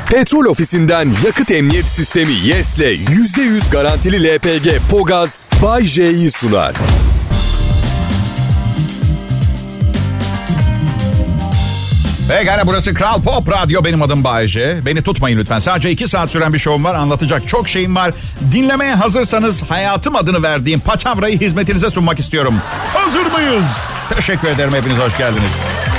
Petrol Ofisi'nden yakıt emniyet sistemi YES'le %100 garantili LPG Pogaz Bay J'yi sunar. Pekala, burası Kral Pop Radyo. Benim adım Bay J. Beni tutmayın lütfen. Sadece 2 saat süren bir şovum var. Anlatacak çok şeyim var. Dinlemeye hazırsanız hayatım adını verdiğim paçavrayı hizmetinize sunmak istiyorum. Hazır mıyız? Teşekkür ederim. Hepiniz hoş geldiniz.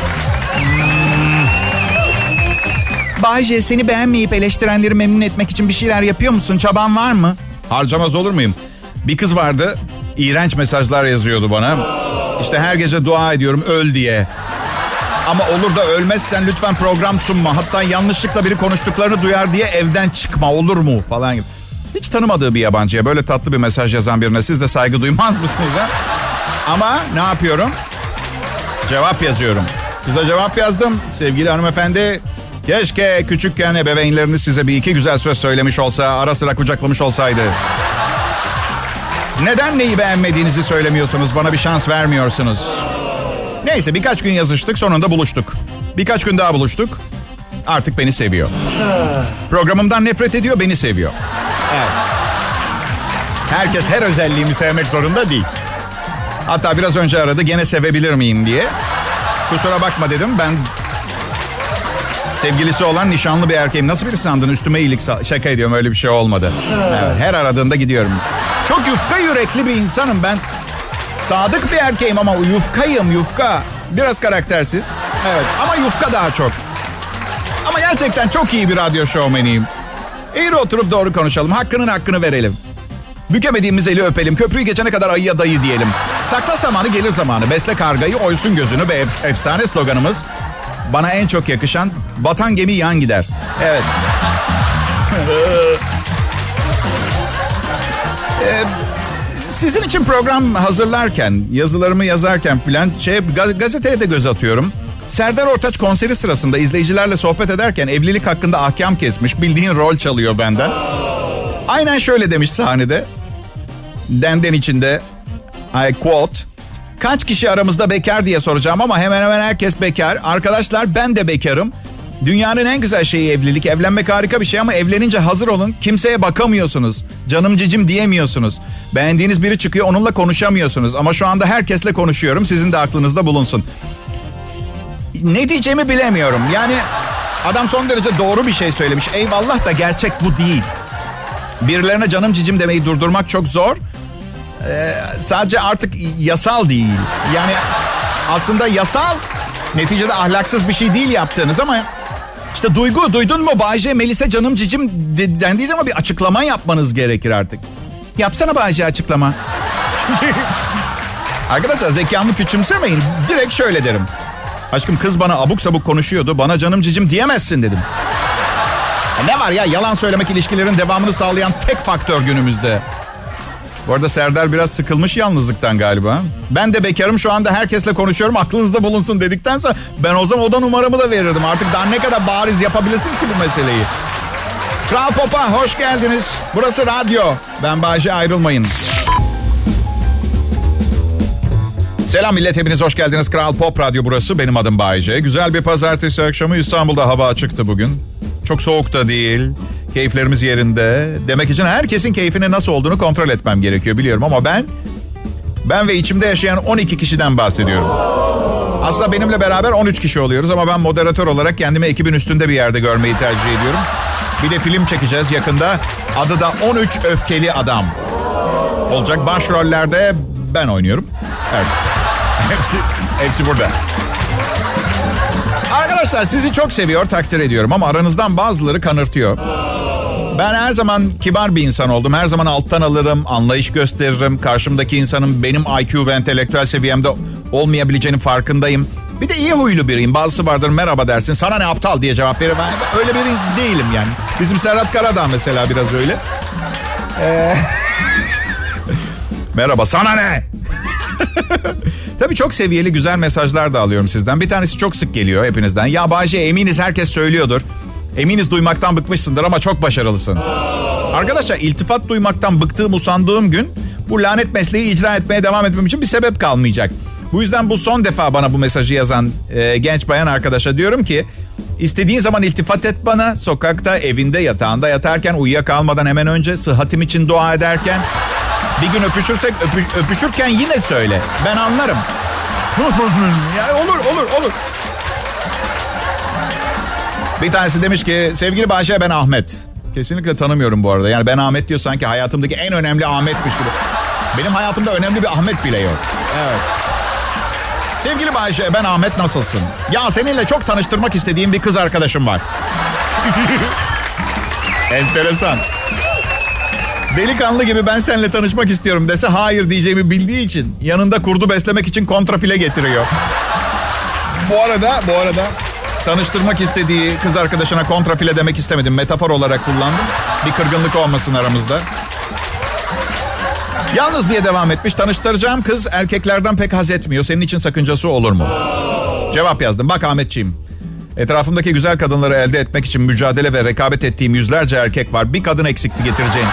Bay J, seni beğenmeyip eleştirenleri memnun etmek için bir şeyler yapıyor musun? Çaban var mı? Harcamaz olur muyum? Bir kız vardı. İğrenç mesajlar yazıyordu bana. İşte her gece dua ediyorum öl diye. Ama olur da ölmezsen lütfen program sunma. Hatta yanlışlıkla biri konuştuklarını duyar diye evden çıkma, olur mu falan gibi. Hiç tanımadığı bir yabancıya böyle tatlı bir mesaj yazan birine siz de saygı duymaz mısınız ha? Ama ne yapıyorum? Cevap yazıyorum. Size cevap yazdım. Sevgili hanımefendi, keşke küçükken ebeveynleriniz size bir iki güzel söz söylemiş olsa, ara sıra kucaklamış olsaydı. Neden neyi beğenmediğinizi söylemiyorsunuz, bana bir şans vermiyorsunuz? Neyse, birkaç gün yazıştık, sonunda buluştuk. Birkaç gün daha buluştuk. Artık beni seviyor. Programımdan nefret ediyor, beni seviyor. Evet. Herkes her özelliğimi sevmek zorunda değil. Hatta biraz önce aradı, gene sevebilir miyim diye. Kusura bakma dedim, ben sevgilisi olan nişanlı bir erkeğim. Nasıl biri sandın, üstüme iyilik şaka ediyorum, öyle bir şey olmadı. Evet, her aradığında gidiyorum. Çok yufka yürekli bir insanım ben. Sadık bir erkeğim ama yufkayım, yufka. Biraz karaktersiz. Evet, ama yufka daha çok. Ama gerçekten çok iyi bir radyo şovmeniyim. Eğri oturup doğru konuşalım. Hakkını verelim. Bükemediğimiz eli öpelim. Köprüyü geçene kadar ayıya dayı diyelim. Sakla samanı gelir zamanı. Besle kargayı, oysun gözünü ve efsane sloganımız. Bana en çok yakışan, batan gemi yan gider. Evet. Sizin için program hazırlarken, yazılarımı yazarken filan gazeteye de göz atıyorum. Serdar Ortaç konseri sırasında izleyicilerle sohbet ederken evlilik hakkında ahkam kesmiş, bildiğin rol çalıyor benden. Aynen şöyle demiş sahnede. Denden içinde, I quote, kaç kişi aramızda bekar diye soracağım ama hemen hemen herkes bekar. Arkadaşlar, ben de bekarım. Dünyanın en güzel şeyi evlilik. Evlenmek harika bir şey ama evlenince hazır olun. Kimseye bakamıyorsunuz. Canım cicim diyemiyorsunuz. Beğendiğiniz biri çıkıyor, onunla konuşamıyorsunuz. Ama şu anda herkesle konuşuyorum. Sizin de aklınızda bulunsun. Ne diyeceğimi bilemiyorum. Yani adam son derece doğru bir şey söylemiş. Eyvallah da gerçek bu değil. Birilerine canım cicim demeyi durdurmak çok zor. Sadece artık yasal değil. Yani aslında yasal, neticede ahlaksız bir şey değil yaptığınız ama işte duygu, duydun mu Bay J, Melis'e canım cicim dendiği zaman bir açıklama yapmanız gerekir artık. Yapsana Bay J açıklama. Arkadaşlar, zekamı küçümsemeyin. Direkt şöyle derim. Aşkım, kız bana abuk sabuk konuşuyordu. Bana canım cicim diyemezsin dedim. Ne var ya, yalan söylemek ilişkilerin devamını sağlayan tek faktör günümüzde. Bu arada Serdar biraz sıkılmış yalnızlıktan galiba. Ben de bekarım, şu anda herkesle konuşuyorum, aklınızda bulunsun dedikten sonra ben o zaman oda numaramı da verirdim. Artık daha ne kadar bariz yapabilirsiniz ki bu meseleyi. Kral Pop'a hoş geldiniz. Burası radyo. Ben Bay J, ayrılmayın. Selam millet, hepiniz hoş geldiniz. Kral Pop Radyo burası. Benim adım Bay J. Güzel bir pazartesi akşamı, İstanbul'da hava açıktı bugün. Çok soğuk da değil. Keyiflerimiz yerinde. Demek için herkesin keyfinin nasıl olduğunu kontrol etmem gerekiyor biliyorum ama ben ve içimde yaşayan 12 kişiden bahsediyorum. Aslında benimle beraber 13 kişi oluyoruz ama ben moderatör olarak kendimi ekibin üstünde bir yerde görmeyi tercih ediyorum. Bir de film çekeceğiz yakında. Adı da 13 Öfkeli Adam. Olacak, başrollerde ben oynuyorum. Evet. Hepsi burada. Arkadaşlar, sizi çok seviyor, takdir ediyorum ama aranızdan bazıları kanırtıyor. Ben her zaman kibar bir insan oldum. Her zaman alttan alırım, anlayış gösteririm. Karşımdaki insanın benim IQ ve entelektüel seviyemde olmayabileceğinin farkındayım. Bir de iyi huylu biriyim. Bazısı vardır, merhaba dersin, sana ne aptal diye cevap verir. Ben öyle biri değilim yani. Bizim Serhat Karadağ mesela biraz öyle. Merhaba, sana ne? Tabii çok seviyeli güzel mesajlar da alıyorum sizden. Bir tanesi çok sık geliyor hepinizden. Ya Bay J, eminiz herkes söylüyordur. Eminiz duymaktan bıkmışsındır ama çok başarılısın. Arkadaşlar, iltifat duymaktan bıktığım, usandığım gün bu lanet mesleği icra etmeye devam etmem için bir sebep kalmayacak. Bu yüzden bu son defa bana bu mesajı yazan genç bayan arkadaşa diyorum ki... İstediğin zaman iltifat et bana. Sokakta, evinde, yatağında yatarken, uyuyakalmadan hemen önce, sıhhatim için dua ederken... Bir gün öpüşürsek öpüşürken yine söyle. Ben anlarım. Ya olur. Bir tanesi demiş ki sevgili Bahçe ben Ahmet. Kesinlikle tanımıyorum bu arada. Yani ben Ahmet diyor sanki hayatımdaki en önemli Ahmet'miş gibi. Benim hayatımda önemli bir Ahmet bile yok. Evet. Sevgili Bahçe ben Ahmet nasılsın? Ya seninle çok tanıştırmak istediğim bir kız arkadaşım var. Enteresan. Delikanlı gibi ben seninle tanışmak istiyorum dese hayır diyeceğimi bildiği için yanında kurdu beslemek için kontrafile getiriyor. Bu arada tanıştırmak istediği kız arkadaşına kontrafile demek istemedim. Metafor olarak kullandım. Bir kırgınlık olmasın aramızda. Yalnız diye devam etmiş. Tanıştıracağım kız erkeklerden pek haz etmiyor. Senin için sakıncası olur mu? Cevap yazdım. Bak Ahmetciğim. Etrafımdaki güzel kadınları elde etmek için mücadele ve rekabet ettiğim yüzlerce erkek var. Bir kadın eksikti getireceğim.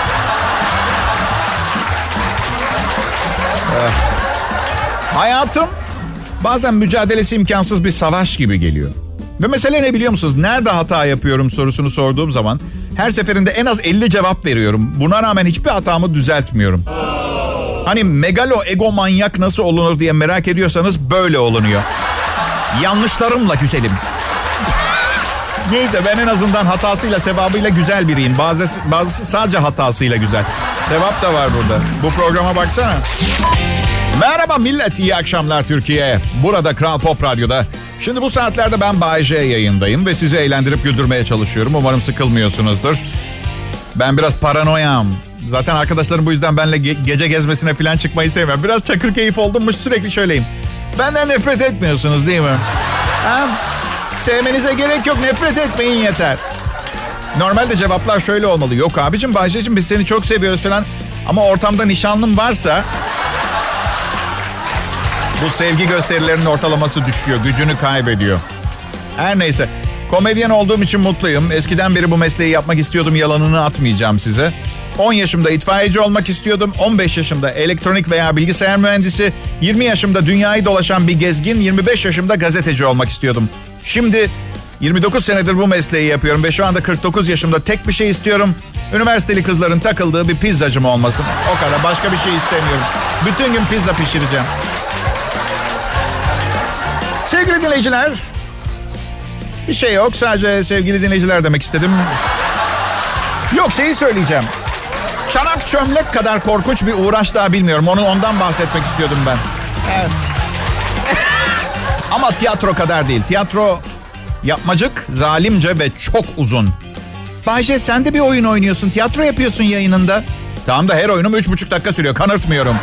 Hayatım bazen mücadelesi imkansız bir savaş gibi geliyor. Ve mesele ne biliyor musunuz? Nerede hata yapıyorum sorusunu sorduğum zaman her seferinde en az 50 cevap veriyorum. Buna rağmen hiçbir hatamı düzeltmiyorum. Hani megalo egomanyak nasıl olunur diye merak ediyorsanız böyle olunuyor. Yanlışlarımla güzelim. Neyse ben en azından hatasıyla sevabıyla güzel biriyim. Bazısı sadece hatasıyla güzel. Sevap da var burada. Bu programa baksana. Merhaba millet, iyi akşamlar Türkiye. Burada Kral Pop Radyo'da. Şimdi bu saatlerde ben Bay J yayındayım ve sizi eğlendirip güldürmeye çalışıyorum. Umarım sıkılmıyorsunuzdur. Ben biraz paranoyam. Zaten arkadaşlarım bu yüzden benimle gece gezmesine falan çıkmayı sevmiyor. Biraz çakır keyif oldummuş sürekli şöyleyim. Benden nefret etmiyorsunuz değil mi? Ha? Sevmenize gerek yok, nefret etmeyin yeter. Normalde cevaplar şöyle olmalı. Yok abicim, Bahçeciğim biz seni çok seviyoruz falan. Ama ortamda nişanlım varsa... Bu sevgi gösterilerinin ortalaması düşüyor, gücünü kaybediyor. Her neyse, komedyen olduğum için mutluyum. Eskiden beri bu mesleği yapmak istiyordum, yalanını atmayacağım size. 10 yaşımda itfaiyeci olmak istiyordum. 15 yaşımda elektronik veya bilgisayar mühendisi. 20 yaşımda dünyayı dolaşan bir gezgin. 25 yaşımda gazeteci olmak istiyordum. Şimdi 29 senedir bu mesleği yapıyorum ve şu anda 49 yaşımda tek bir şey istiyorum. Üniversiteli kızların takıldığı bir pizzacım olmasın. O kadar, başka bir şey istemiyorum. Bütün gün pizza pişireceğim. Sevgili dinleyiciler, bir şey yok, sadece sevgili dinleyiciler demek istedim. Yok, şeyi söyleyeceğim. Çanak çömlek kadar korkunç bir uğraş daha bilmiyorum. Ondan bahsetmek istiyordum ben. Evet. Ama tiyatro kadar değil. Tiyatro yapmacık, zalimce ve çok uzun. Bahçe sen de bir oyun oynuyorsun. Tiyatro yapıyorsun yayınında. Tamam da her oyunum 3,5 dakika sürüyor. Kanırtmıyorum.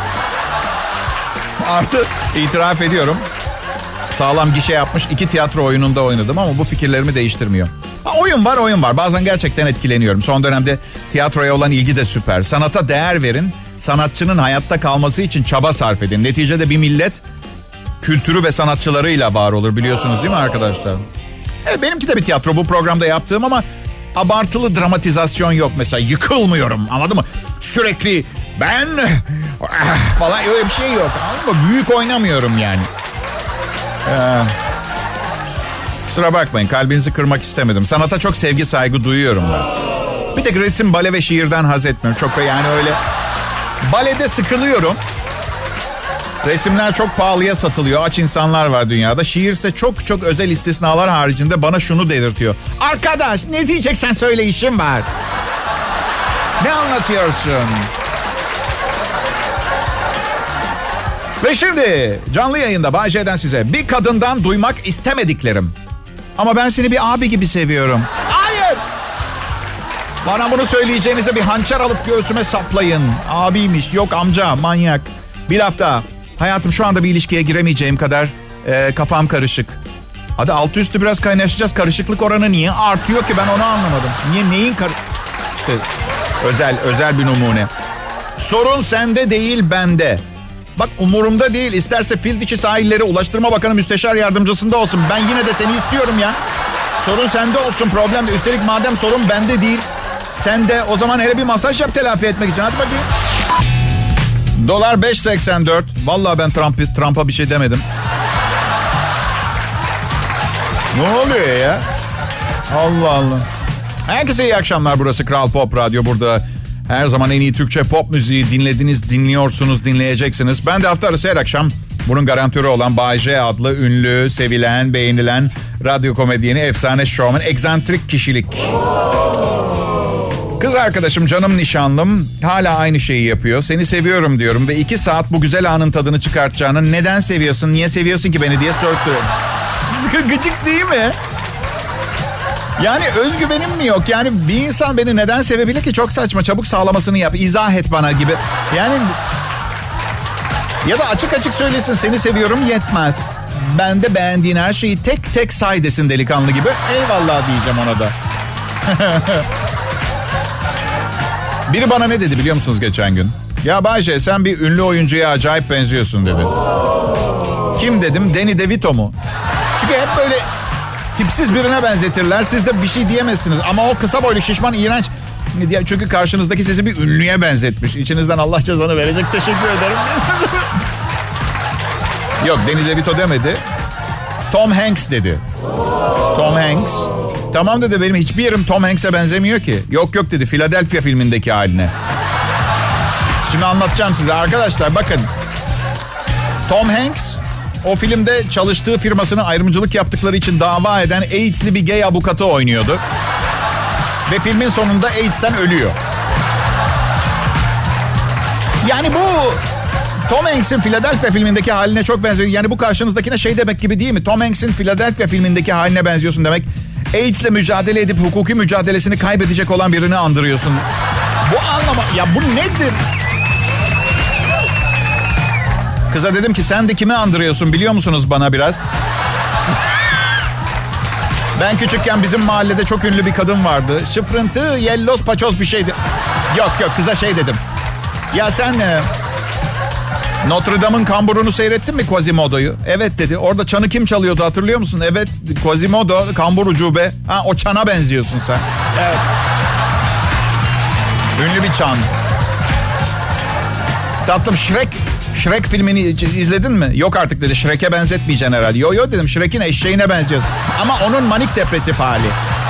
Artı itiraf ediyorum. Sağlam gişe yapmış 2 tiyatro oyununda oynadım ama bu fikirlerimi değiştirmiyor. Oyun var. Bazen gerçekten etkileniyorum. Son dönemde tiyatroya olan ilgi de süper. Sanata değer verin. Sanatçının hayatta kalması için çaba sarf edin. Neticede bir millet kültürü ve sanatçılarıyla var olur, biliyorsunuz değil mi arkadaşlar? Benimki de bir tiyatro, bu programda yaptığım, ama abartılı dramatizasyon yok mesela. Yıkılmıyorum, anladın mı? Sürekli ben falan öyle bir şey yok, anladın mı? Büyük oynamıyorum yani. Kusura bakmayın, kalbinizi kırmak istemedim. Sanata çok sevgi saygı duyuyorum ben. Bir tek resim, bale ve şiirden haz etmiyorum. Çok yani öyle. Balede sıkılıyorum. Resimler çok pahalıya satılıyor. Aç insanlar var dünyada. Şiirse çok çok özel istisnalar haricinde bana şunu delirtiyor. Arkadaş ne diyeceksen söyle, işim var. Ne anlatıyorsun? Ve şimdi canlı yayında Bay J'den size bir kadından duymak istemediklerim. Ama ben seni bir abi gibi seviyorum. Hayır! Bana bunu söyleyeceğinize bir hançer alıp göğsüme saplayın. Abiymiş, yok amca, manyak. Bir laf daha. Hayatım, şu anda bir ilişkiye giremeyeceğim kadar kafam karışık. Hadi altı üstü biraz kaynaşacağız. Karışıklık oranı niye artıyor ki, ben onu anlamadım. Neyin İşte özel bir numune. Sorun sende değil, bende. Bak umurumda değil. İsterse fil dişi sahilleri Ulaştırma Bakanı Müsteşar Yardımcısında olsun. Ben yine de seni istiyorum ya. Sorun sende olsun, problem de. Üstelik madem sorun bende değil, sen de o zaman hele bir masaj yap telafi etmek için. Hadi bakayım. Dolar 5.84. Vallahi ben Trump'a bir şey demedim. Ne oluyor ya? Allah Allah. Herkese iyi akşamlar. Burası Kral Pop Radyo. Burada her zaman en iyi Türkçe pop müziği dinliyorsunuz, dinleyeceksiniz. Ben de hafta arası her akşam bunun garantörü olan Bay J adlı ünlü, sevilen, beğenilen radyo komedyeni, efsane şovmen, egzantrik kişilik. Kız arkadaşım, canım nişanlım hala aynı şeyi yapıyor. Seni seviyorum diyorum ve 2 saat bu güzel anın tadını çıkartacağını, neden seviyorsun, niye seviyorsun ki beni diye sorduruyorum. Gıcık değil mi? Yani özgüvenim mi yok? Yani bir insan beni neden sevebilir ki? Çok saçma, çabuk sağlamasını yap, izah et bana gibi. Yani ya da açık açık söylesin, seni seviyorum yetmez. Ben de beğendiğin her şeyi tek tek say desin delikanlı gibi. Eyvallah diyeceğim ona da. Biri bana ne dedi biliyor musunuz geçen gün? Ya Bayce, sen bir ünlü oyuncuya acayip benziyorsun dedi. Kim dedim? Danny DeVito mu? Çünkü hep böyle tipsiz birine benzetirler. Siz de bir şey diyemezsiniz. Ama o kısa boylu, şişman, iğrenç. Çünkü karşınızdaki sizi bir ünlüye benzetmiş. İçinizden Allah cezanı verecek. Teşekkür ederim. Yok, Danny DeVito demedi. Tom Hanks dedi. Tom Hanks. Tamam dedi, benim hiçbir yerim Tom Hanks'e benzemiyor ki. Yok dedi, Philadelphia filmindeki haline. Şimdi anlatacağım size arkadaşlar, bakın. Tom Hanks o filmde çalıştığı firmasına ayrımcılık yaptıkları için dava eden AIDS'li bir gay avukatı oynuyordu. Ve filmin sonunda AIDS'ten ölüyor. Yani bu Tom Hanks'in Philadelphia filmindeki haline çok benziyor. Yani bu karşınızdakine şey demek gibi değil mi? Tom Hanks'in Philadelphia filmindeki haline benziyorsun demek. AIDS'le mücadele edip hukuki mücadelesini kaybedecek olan birini andırıyorsun. Bu anlama... Ya bu nedir? Kıza dedim ki sen de kimi andırıyorsun biliyor musunuz bana biraz? Ben küçükken bizim mahallede çok ünlü bir kadın vardı. Şıfrıntı, yelloz, paçoz bir şeydi. Yok kıza şey dedim. Ya sen Notre Dame'ın kamburunu seyrettin mi, Quasimodo'yu? Evet dedi. Orada çanı kim çalıyordu hatırlıyor musun? Evet, Quasimodo, kambur ucube. Ha, o çana benziyorsun sen. Evet. Ünlü bir çan. Tatlım, Shrek filmini izledin mi? Yok artık dedi. Shrek'e benzetmeyeceksin herhalde. Yo dedim. Shrek'in eşeğine benziyorsun. Ama onun manik depresif hali.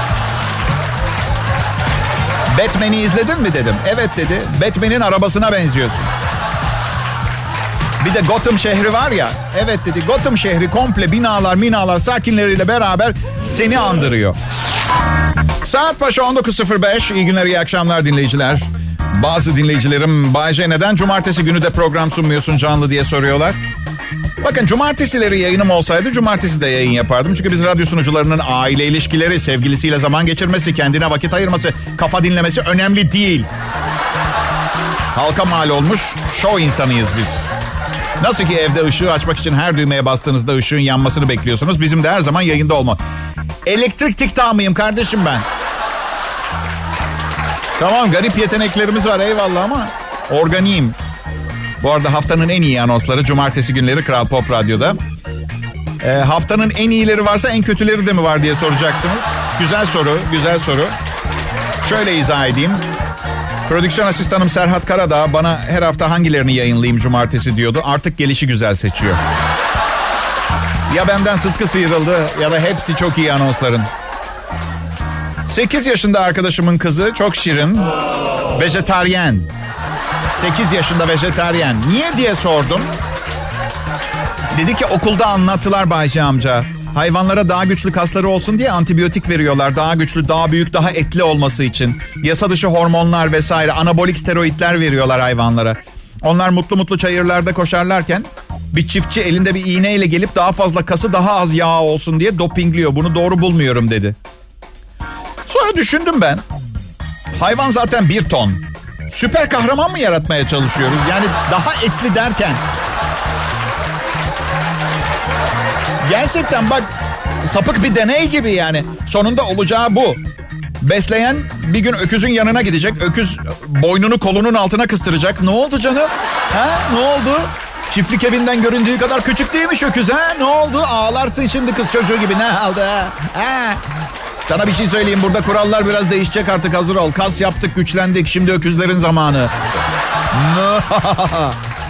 Batman'i izledin mi dedim. Evet dedi. Batman'in arabasına benziyorsun. Bir de Gotham şehri var ya. Evet dedi. Gotham şehri komple binalar sakinleriyle beraber seni andırıyor. Saat başı 19.05. İyi günler, iyi akşamlar dinleyiciler. Bazı dinleyicilerim Bayce neden cumartesi günü de program sunmuyorsun canlı diye soruyorlar. Bakın, cumartesileri yayınım olsaydı cumartesi de yayın yapardım. Çünkü biz radyo sunucularının aile ilişkileri, sevgilisiyle zaman geçirmesi, kendine vakit ayırması, kafa dinlemesi önemli değil. Halka mal olmuş şov insanıyız biz. Nasıl ki evde ışığı açmak için her düğmeye bastığınızda ışığın yanmasını bekliyorsunuz. Bizim de her zaman yayında olma. Elektrik tiktağı mıyım kardeşim ben? Tamam, garip yeteneklerimiz var eyvallah ama organiyim. Bu arada haftanın en iyi anonsları cumartesi günleri Kral Pop Radyo'da. Haftanın en iyileri varsa en kötüleri de mi var diye soracaksınız. Güzel soru. Şöyle izah edeyim. Prodüksiyon asistanım Serhat Karadağ bana her hafta hangilerini yayınlayayım cumartesi diyordu. Artık gelişi güzel seçiyor. Ya benden Sıtkı sıyrıldı ya da hepsi çok iyi anonsların. 8 yaşında arkadaşımın kızı, çok şirin, vejetaryen. 8 yaşında vejetaryen. Niye diye sordum. Dedi ki okulda anlattılar Bayce amca. Hayvanlara daha güçlü kasları olsun diye antibiyotik veriyorlar. Daha güçlü, daha büyük, daha etli olması için. Yasa dışı hormonlar vesaire, anabolik steroidler veriyorlar hayvanlara. Onlar mutlu çayırlarda koşarlarken bir çiftçi elinde bir iğneyle gelip daha fazla kası, daha az yağ olsun diye dopingliyor. Bunu doğru bulmuyorum dedi. Sonra düşündüm ben. Hayvan zaten 1 ton. Süper kahraman mı yaratmaya çalışıyoruz? Yani daha etli derken. Gerçekten bak, sapık bir deney gibi yani. Sonunda olacağı bu. Besleyen bir gün öküzün yanına gidecek. Öküz boynunu kolunun altına kıstıracak. Ne oldu canım? Ha? Ne oldu? Çiftlik evinden göründüğü kadar küçük değilmiş öküz ha? Ne oldu? Ağlarsın şimdi kız çocuğu gibi. Ne oldu ha? Sana bir şey söyleyeyim. Burada kurallar biraz değişecek artık, hazır ol. Kas yaptık, güçlendik. Şimdi öküzlerin zamanı.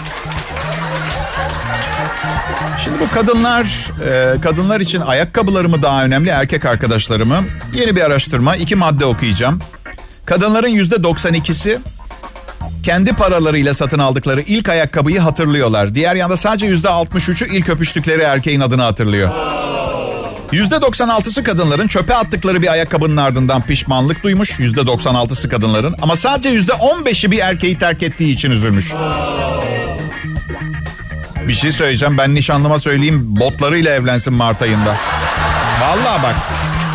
Şimdi bu kadınlar için ayakkabıları mı daha önemli, erkek arkadaşları mı? Yeni bir araştırma, 2 madde okuyacağım. Kadınların %92'si kendi paralarıyla satın aldıkları ilk ayakkabıyı hatırlıyorlar. Diğer yanda sadece %63'ü ilk öpüştükleri erkeğin adını hatırlıyor. %96'sı kadınların çöpe attıkları bir ayakkabının ardından pişmanlık duymuş. %96'sı kadınların, ama sadece %15'i bir erkeği terk ettiği için üzülmüş. Bir şey söyleyeceğim, ben nişanlıma söyleyeyim botlarıyla evlensin Mart ayında. Vallahi bak.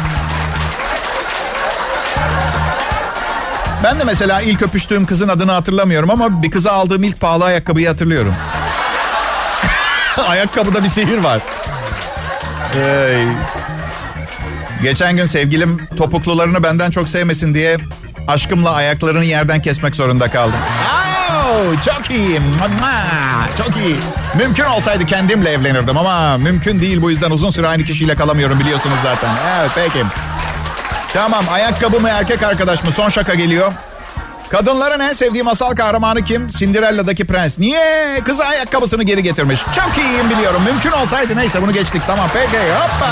Ben de mesela ilk öpüştüğüm kızın adını hatırlamıyorum ama bir kıza aldığım ilk pahalı ayakkabıyı hatırlıyorum. Ayakkabıda bir sihir var. Hey. Geçen gün sevgilim topuklularını benden çok sevmesin diye aşkımla ayaklarını yerden kesmek zorunda kaldım. Çok iyi. Çok iyi. Mümkün olsaydı kendimle evlenirdim ama mümkün değil, bu yüzden uzun süre aynı kişiyle kalamıyorum, biliyorsunuz zaten. Evet, peki. Tamam, ayakkabı mı erkek arkadaş mı? Son şaka geliyor. Kadınların en sevdiği masal kahramanı kim? Cinderella'daki prens. Niye? Kızı ayakkabısını geri getirmiş. Çok iyiyim, biliyorum. Mümkün olsaydı, neyse bunu geçtik. Tamam, peki, hoppa.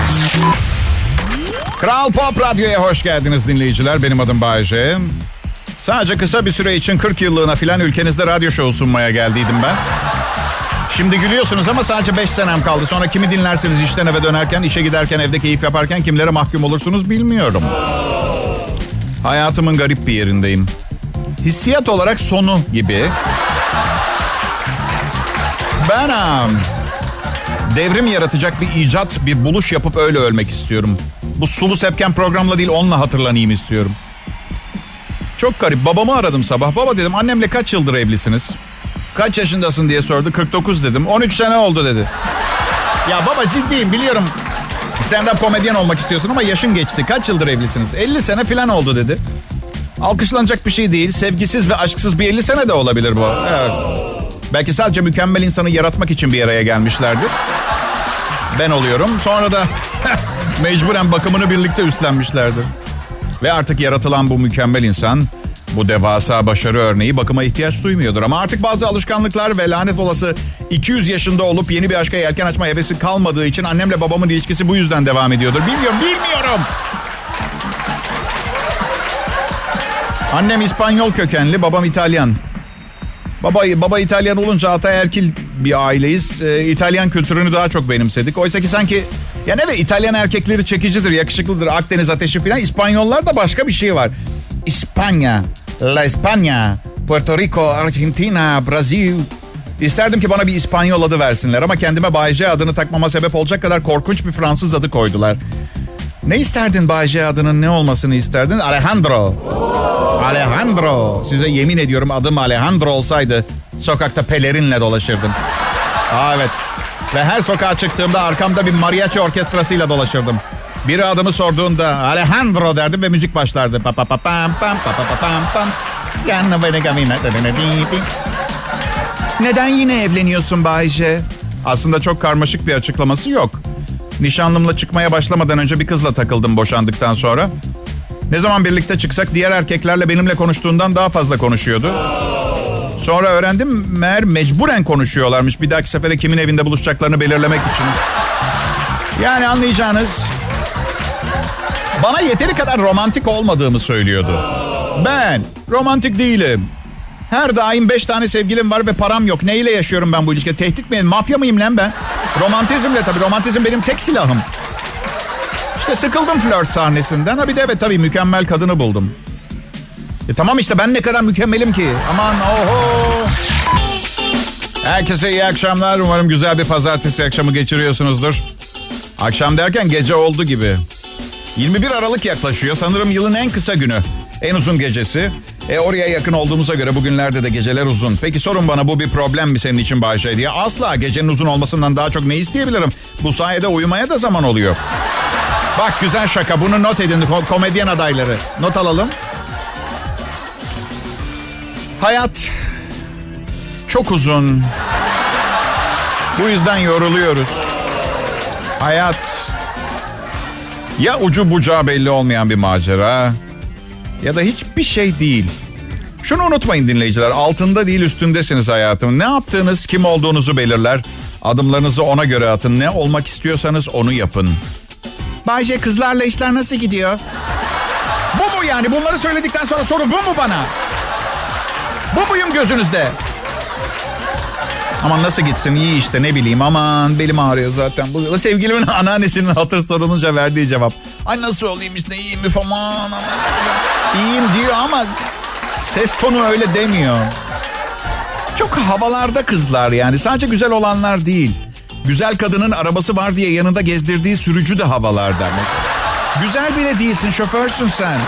Kral Pop Radyo'ya hoş geldiniz dinleyiciler. Benim adım Bayce. Sadece kısa bir süre için 40 yıllığına filan ülkenizde radyo şovu sunmaya geldiydim ben. Şimdi gülüyorsunuz ama sadece 5 senem kaldı. Sonra kimi dinlerseniz işten eve dönerken, işe giderken, evde keyif yaparken kimlere mahkum olursunuz bilmiyorum. Hayatımın garip bir yerindeyim. Hissiyat olarak sonu gibi. Ben devrim yaratacak bir icat, bir buluş yapıp öyle ölmek istiyorum. Bu sulu sepken programla değil, onunla hatırlanayım istiyorum. Çok garip. Babamı aradım sabah. Baba dedim, annemle kaç yıldır evlisiniz? Kaç yaşındasın diye sordu. 49 dedim. 13 sene oldu dedi. Ya baba, ciddiyim, biliyorum. Stand-up komedyen olmak istiyorsun ama yaşın geçti. Kaç yıldır evlisiniz? 50 sene falan oldu dedi. Alkışlanacak bir şey değil. Sevgisiz ve aşksız bir 50 sene de olabilir bu. Evet. Belki sadece mükemmel insanı yaratmak için bir araya gelmişlerdir. Ben oluyorum. Sonra da mecburen bakımını birlikte üstlenmişlerdir. Ve artık yaratılan bu mükemmel insan, bu devasa başarı örneği bakıma ihtiyaç duymuyordur. Ama artık bazı alışkanlıklar ve lanet olası 200 yaşında olup yeni bir aşka yelken açma hevesi kalmadığı için annemle babamın ilişkisi bu yüzden devam ediyordur. Bilmiyorum. Annem İspanyol kökenli, babam İtalyan. Baba İtalyan olunca ataerkil bir aileyiz. İtalyan kültürünü daha çok benimsedik. Oysa ki sanki, yani evet, İtalyan erkekleri çekicidir, yakışıklıdır, Akdeniz ateşi falan. İspanyollar da başka bir şey var. İspanya, La España, Puerto Rico, Argentina, Brazil. İsterdim ki bana bir İspanyol adı versinler ama kendime Bayce adını takmama sebep olacak kadar korkunç bir Fransız adı koydular. Ne isterdin Bayce adının ne olmasını isterdin? Alejandro. Size yemin ediyorum, adım Alejandro olsaydı sokakta pelerinle dolaşırdım. Evet. Ve her sokağa çıktığımda arkamda bir mariachi orkestrasıyla dolaşırdım. Biri adımı sorduğunda Alejandro derdim ve müzik başlardı. Neden yine evleniyorsun Bayce? Aslında çok karmaşık bir açıklaması yok. Nişanlımla çıkmaya başlamadan önce bir kızla takıldım boşandıktan sonra. Ne zaman birlikte çıksak diğer erkeklerle benimle konuştuğundan daha fazla konuşuyordu. Sonra öğrendim, meğer mecburen konuşuyorlarmış bir dahaki sefere kimin evinde buluşacaklarını belirlemek için. Yani anlayacağınız, bana yeteri kadar romantik olmadığımı söylüyordu. Ben romantik değilim. Her daim 5 tane sevgilim var ve param yok. Neyle yaşıyorum ben bu ilişkide? Tehdit miyim? Mafya mıyım lan ben? Romantizmle tabii. Romantizm benim tek silahım. İşte sıkıldım flört sahnesinden. Ha bir de evet tabii mükemmel kadını buldum. Tamam işte, ben ne kadar mükemmelim ki. Aman oho. Herkese iyi akşamlar. Umarım güzel bir pazartesi akşamı geçiriyorsunuzdur. Akşam derken gece oldu gibi. 21 Aralık yaklaşıyor. Sanırım yılın en kısa günü. En uzun gecesi. Oraya yakın olduğumuza göre bugünlerde de geceler uzun. Peki sorun bana, bu bir problem mi senin için Bayşe diye? Asla, gecenin uzun olmasından daha çok ne isteyebilirim? Bu sayede uyumaya da zaman oluyor. Bak, güzel şaka, bunu not edin komedyen adayları. Not alalım. Hayat çok uzun. Bu yüzden yoruluyoruz. Hayat ya ucu bucağı belli olmayan bir macera ya da hiçbir şey değil. Şunu unutmayın dinleyiciler, altında değil üstündesiniz hayatım. Ne yaptığınız kim olduğunuzu belirler. Adımlarınızı ona göre atın. Ne olmak istiyorsanız onu yapın. Bayce, kızlarla işler nasıl gidiyor? Bu mu yani? Bunları söyledikten sonra soru bu mu bana? Bu muyum gözünüzde? Aman nasıl gitsin, iyi işte, ne bileyim, aman belim ağrıyor zaten. Bu sevgilimin anneannesinin hatır sorulunca verdiği cevap. Ay nasıl olayım işte, iyiyim mi falan. İyiyim diyor ama ses tonu öyle demiyor. Çok havalarda kızlar yani, sadece güzel olanlar değil. Güzel kadının arabası var diye yanında gezdirdiği sürücü de havalarda mesela. Güzel bile değilsin, şoförsün sen.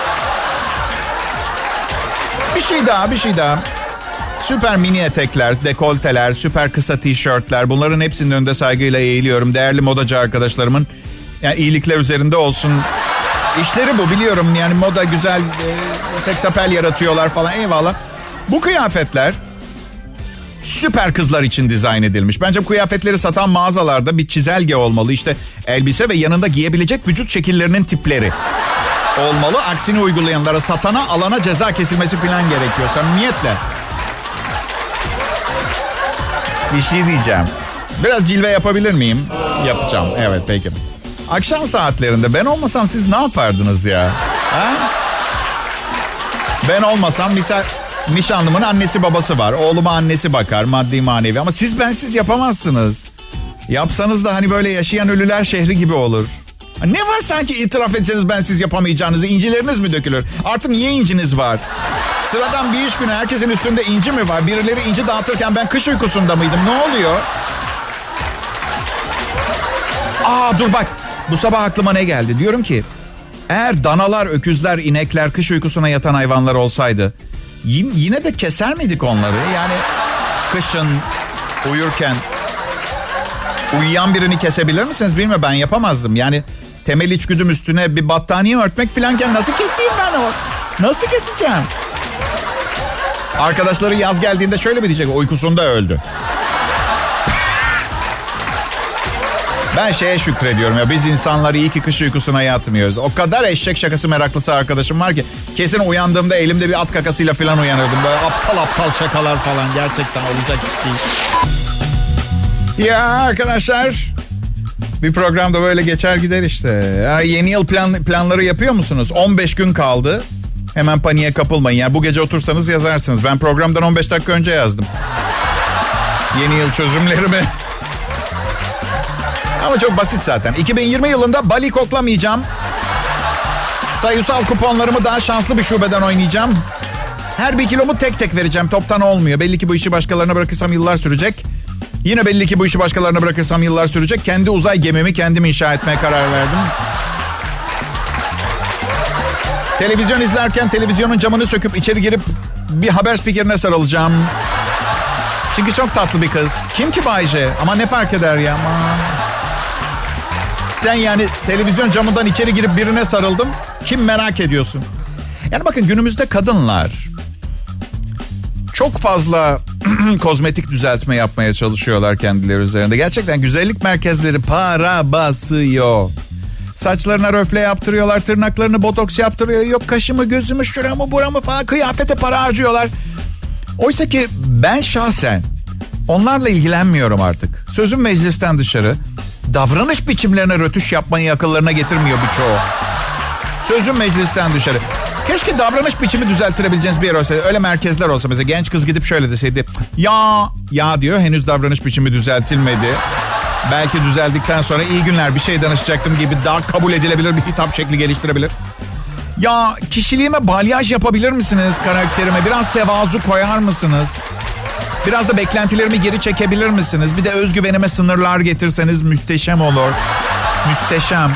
Bir şey daha. Süper mini etekler, dekolteler, süper kısa tişörtler, bunların hepsinin önünde saygıyla eğiliyorum. Değerli modacı arkadaşlarımın yani iyilikler üzerinde olsun. İşleri bu, biliyorum yani, moda güzel, seksapel yaratıyorlar falan, eyvallah. Bu kıyafetler süper kızlar için dizayn edilmiş. Bence bu kıyafetleri satan mağazalarda bir çizelge olmalı. İşte elbise ve yanında giyebilecek vücut şekillerinin tipleri olmalı. Aksini uygulayanlara, satana, alana ceza kesilmesi falan gerekiyor. Samimiyetle. Bir şey diyeceğim. Biraz cilve yapabilir miyim? Yapacağım. Evet, peki. Akşam saatlerinde ben olmasam siz ne yapardınız ya? Ha? Ben olmasam misal nişanlımın annesi babası var. Oğluma annesi bakar, maddi manevi. Ama siz bensiz yapamazsınız. Yapsanız da hani böyle yaşayan ölüler şehri gibi olur. Ne var sanki itiraf etseniz bensiz yapamayacağınızı? İncileriniz mi dökülür? Artı niye inciniz var? Sıradan bir iş günü, herkesin üstünde inci mi var? Birileri inci dağıtırken ben kış uykusunda mıydım? Ne oluyor? Dur bak. Bu sabah aklıma ne geldi? Diyorum ki eğer danalar, öküzler, inekler kış uykusuna yatan hayvanlar olsaydı yine de keser miydik onları? Yani kışın uyurken uyuyan birini kesebilir misiniz bilmiyorum, ben yapamazdım. Yani temel içgüdüm üstüne bir battaniye örtmek filanken nasıl keseyim ben o? Nasıl keseceğim? Arkadaşları yaz geldiğinde şöyle mi diyecek? Uykusunda öldü. Ben şeye şükrediyorum ya, biz insanlar iyi ki kış uykusuna yatmıyoruz. O kadar eşek şakası meraklısı arkadaşım var ki kesin uyandığımda elimde bir at kakasıyla falan uyanırdım. Böyle aptal şakalar falan, gerçekten olacak iş değil. Ya arkadaşlar, bir programda böyle geçer gider işte. Ya yeni yıl planları yapıyor musunuz? 15 gün kaldı. Hemen paniğe kapılmayın. Yani bu gece otursanız yazarsınız. Ben programdan 15 dakika önce yazdım yeni yıl çözümlerimi. Ama çok basit zaten. 2020 yılında Bali koklamayacağım. Sayısal kuponlarımı daha şanslı bir şubeden oynayacağım. Her 1 kilomu tek tek vereceğim. Toptan olmuyor. Belli ki bu işi başkalarına bırakırsam yıllar sürecek. Yine belli ki bu işi başkalarına bırakırsam yıllar sürecek. Kendi uzay gemimi kendim inşa etmeye karar verdim. Televizyon izlerken televizyonun camını söküp içeri girip bir haber spikerine sarılacağım. Çünkü çok tatlı bir kız. Kim ki Bayce? Ama ne fark eder ya? Aman. Sen yani televizyon camından içeri girip birine sarıldım. Kim merak ediyorsun? Yani bakın, günümüzde kadınlar çok fazla kozmetik düzeltme yapmaya çalışıyorlar kendileri üzerinde. Gerçekten güzellik merkezleri para basıyor. Saçlarına röfle yaptırıyorlar, tırnaklarını botoks yaptırıyor. Yok kaşımı, gözümü, şuramı, buramı falan, kıyafete para harcıyorlar. Oysa ki ben şahsen onlarla ilgilenmiyorum artık. Sözüm meclisten dışarı. Davranış biçimlerine rötuş yapmayı akıllarına getirmiyor birçoğu. Sözüm meclisten dışarı. Keşke davranış biçimi düzeltirebileceğiniz bir yer olsaydı. Öyle merkezler olsa mesela, genç kız gidip şöyle deseydi. Ya diyor, henüz davranış biçimi düzeltilmedi. Belki düzeldikten sonra iyi günler, bir şey danışacaktım gibi daha kabul edilebilir bir hitap şekli geliştirebilir. Ya kişiliğime balyaj yapabilir misiniz, karakterime? Biraz tevazu koyar mısınız? Biraz da beklentilerimi geri çekebilir misiniz? Bir de özgüvenime sınırlar getirseniz muhteşem olur. Muhteşem.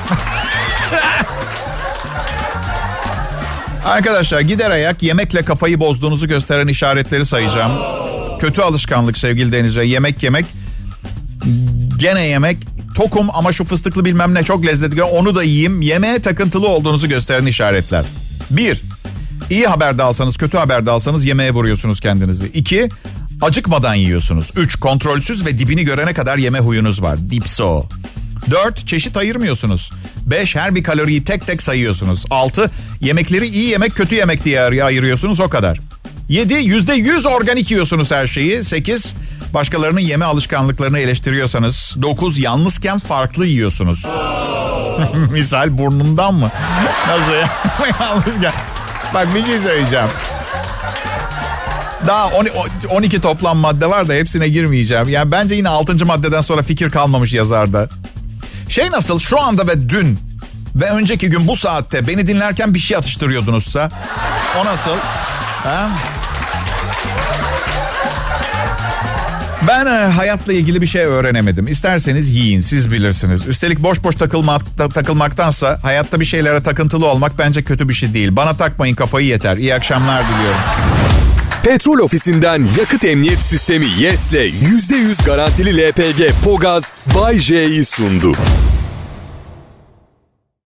Arkadaşlar, gider ayak yemekle kafayı bozduğunuzu gösteren işaretleri sayacağım. Kötü alışkanlık sevgili Deniz'e. Yemek. Gene yemek. Tokum ama şu fıstıklı bilmem ne çok lezzetli. Onu da yiyeyim. Yemeğe takıntılı olduğunuzu gösteren işaretler. 1. İyi haber de alsanız, kötü haber de alsanız yemeğe vuruyorsunuz kendinizi. 2. Acıkmadan yiyorsunuz. 3. Kontrolsüz ve dibini görene kadar yeme huyunuz var. Dipso. 4. Çeşit ayırmıyorsunuz. 5. Her bir kaloriyi tek tek sayıyorsunuz. 6. Yemekleri iyi yemek, kötü yemek diye ayırıyorsunuz, o kadar. 7. %100 organik yiyorsunuz her şeyi. 8. Başkalarının yeme alışkanlıklarını eleştiriyorsanız 9 yalnızken farklı yiyorsunuz. Misal burnundan mı? Nasıl ya? Yalnızken. Bak bir şey söyleyeceğim. Daha 12 toplam madde var da hepsine girmeyeceğim. Yani bence yine 6. maddeden sonra fikir kalmamış yazarda. Şey nasıl, şu anda ve dün ve önceki gün bu saatte beni dinlerken bir şey atıştırıyordunuzsa o nasıl? Ha? Ben hayatla ilgili bir şey öğrenemedim. İsterseniz yiyin, siz bilirsiniz. Üstelik boş boş takılmaktansa hayatta bir şeylere takıntılı olmak bence kötü bir şey değil. Bana takmayın kafayı, yeter. İyi akşamlar diliyorum. Petrol Ofisi'nden yakıt emniyet sistemi YES'le %100 garantili LPG Pogaz Bay J'yi sundu.